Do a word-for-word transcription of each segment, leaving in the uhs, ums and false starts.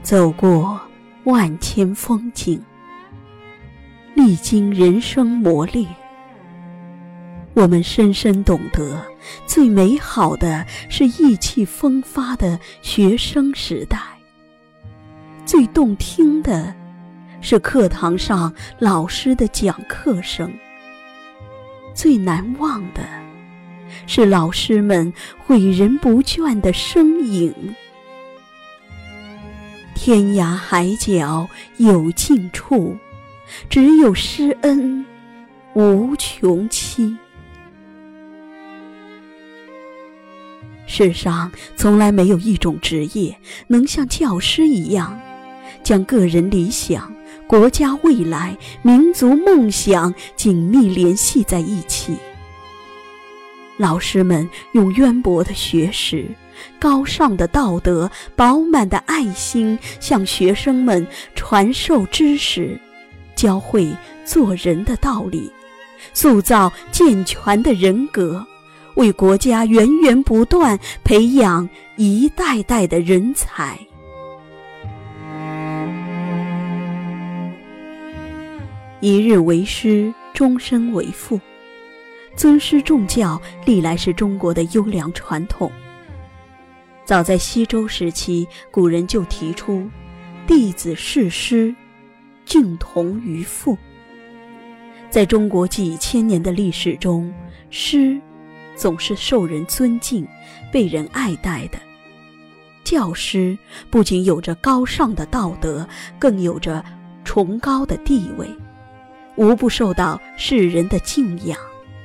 走过万千风景，历经人生磨练，我们深深懂得，最美好的是意气风发的学生时代，最动听的是课堂上老师的讲课声，最难忘的是老师们诲人不倦的身影。天涯海角有尽处，只有师恩无穷期。世上从来没有一种职业能像教师一样，将个人理想、国家未来、民族梦想紧密联系在一起。老师们用渊博的学识、高尚的道德、饱满的爱心，向学生们传授知识，教会做人的道理，塑造健全的人格，为国家源源不断培养一代代的人才。一日为师，终身为父。尊师重教历来是中国的优良传统。早在西周时期，古人就提出弟子事师，敬同于父。在中国几千年的历史中，师总是受人尊敬、被人爱戴的。教师不仅有着高尚的道德，更有着崇高的地位，无不受到世人的敬仰。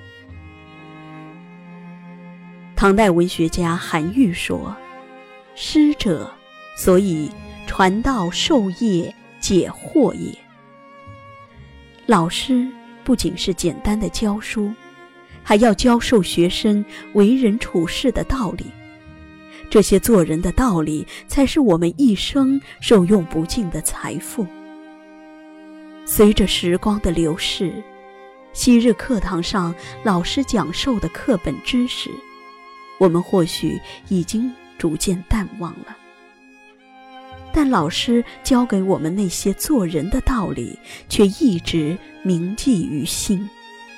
唐代文学家韩愈说：师者，所以传道授业解惑也。老师不仅是简单的教书，还要教授学生为人处事的道理。这些做人的道理，才是我们一生受用不尽的财富。随着时光的流逝，昔日课堂上老师讲授的课本知识，我们或许已经逐渐淡忘了，但老师教给我们那些做人的道理，却一直铭记于心。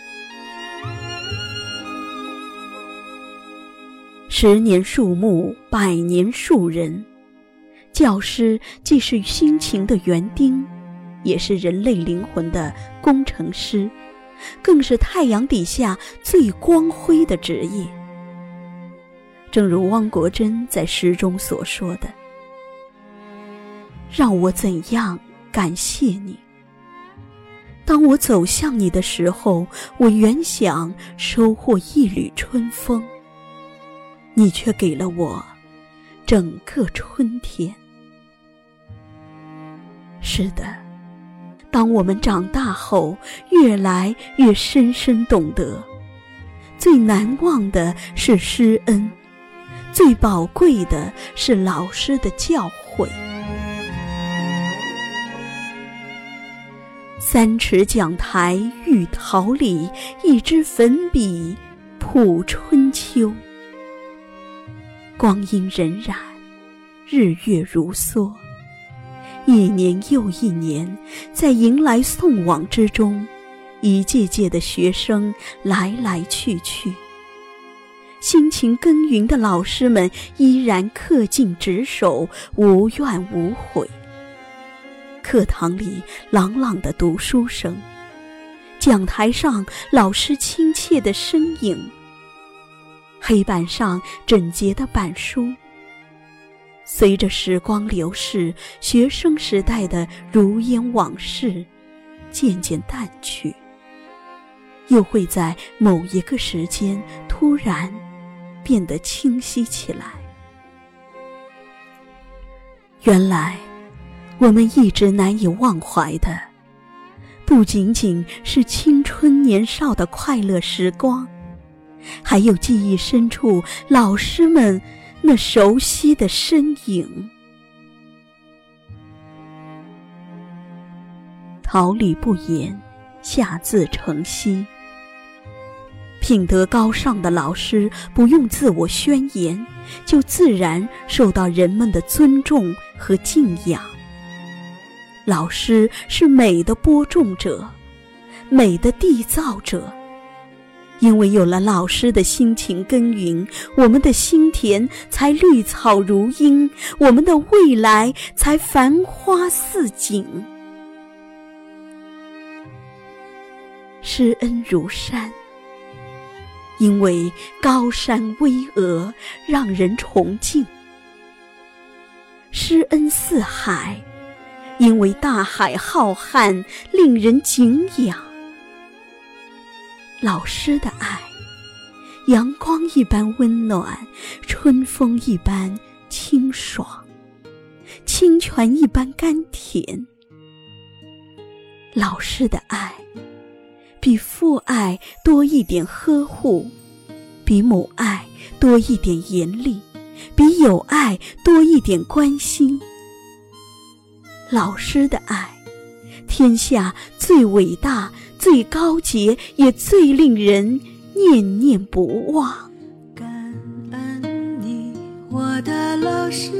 十年树木，百年树人。教师既是辛勤的园丁，也是人类灵魂的工程师，更是太阳底下最光辉的职业。正如汪国真在诗中所说的：让我怎样感谢你？当我走向你的时候，我原想收获一缕春风，你却给了我整个春天。是的，当我们长大后，越来越深深懂得，最难忘的是师恩，最宝贵的是老师的教诲。三尺讲台喻桃李，一支粉笔谱春秋。光阴荏苒，日月如梭，一年又一年，在迎来送往之中，一届届的学生来来去去，辛勤耕耘的老师们依然恪尽职守，无怨无悔。课堂里朗朗的读书声，讲台上老师亲切的身影，黑板上整洁的板书。随着时光流逝，学生时代的如烟往事渐渐淡去，又会在某一个时间突然变得清晰起来。原来我们一直难以忘怀的，不仅仅是青春年少的快乐时光，还有记忆深处老师们那熟悉的身影。桃李不言，下自成蹊。品德高尚的老师不用自我宣言，就自然受到人们的尊重和敬仰。老师是美的播种者，美的缔造者。因为有了老师的辛勤耕耘，我们的心田才绿草如茵，我们的未来才繁花似锦。师恩如山，因为高山巍峨，让人崇敬；师恩似海，因为大海浩瀚，令人敬仰。老师的爱，阳光一般温暖，春风一般清爽，清泉一般甘甜。老师的爱，比父爱多一点呵护，比母爱多一点严厉，比友爱多一点关心。老师的爱，天下最伟大、最高洁，也最令人念念不忘。 感恩你，我的老师。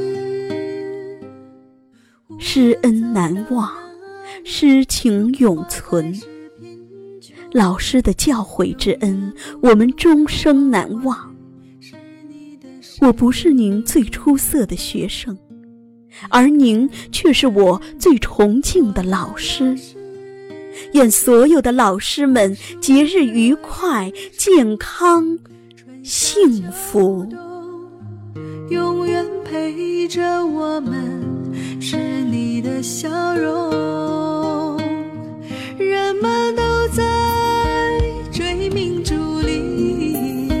师恩难忘，师情永存。老师的教诲之恩，我们终生难忘。我不是您最出色的学生，而您却是我最崇敬的老师。愿所有的老师们节日愉快、健康、幸福， 永远陪着我们，是你的笑容。人们都在追名逐利，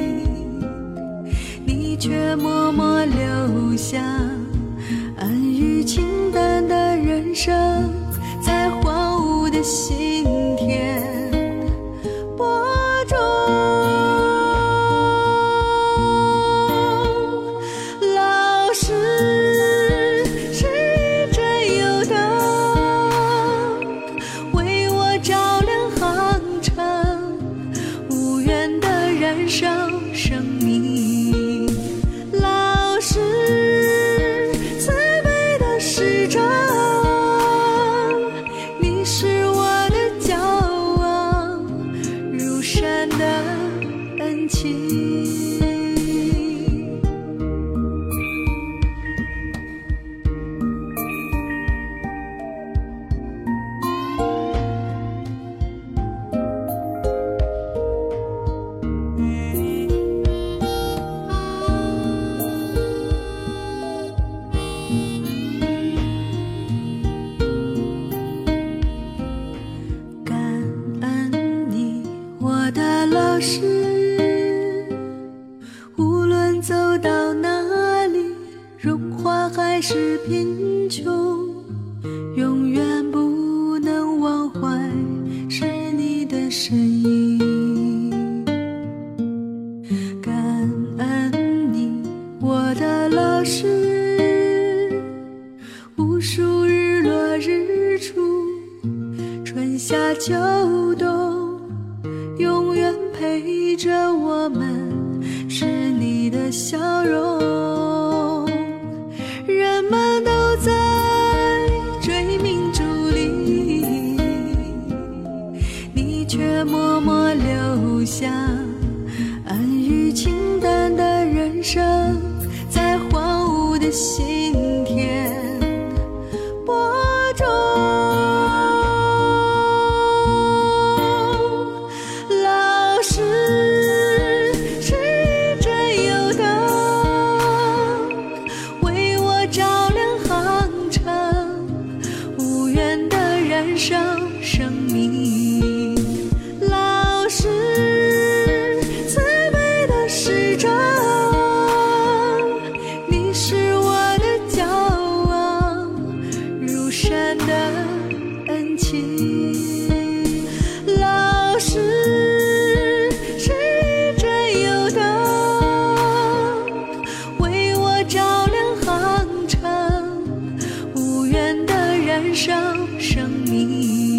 你却默默留下安于清淡的人生，在荒芜的心田播种。老师是一盏油灯，为我照亮航程，无怨的燃烧生命。老师慈悲的使者，你是我的骄傲，如山的恩情。我的老师，无论走到哪里，荣华还是贫穷，永远不能忘怀是你的身影。感恩你，我的老师，无数日落日出，春夏秋冬，永远陪着我们，是你的笑容。人们都在追名逐利，你却默默留下安于清淡的人生，在荒芜的心田播种。燃烧生命，老师慈悲的使者，你是我的骄傲，如山的恩情。老师是一盏油灯，为我照亮航程，无怨的燃烧生命。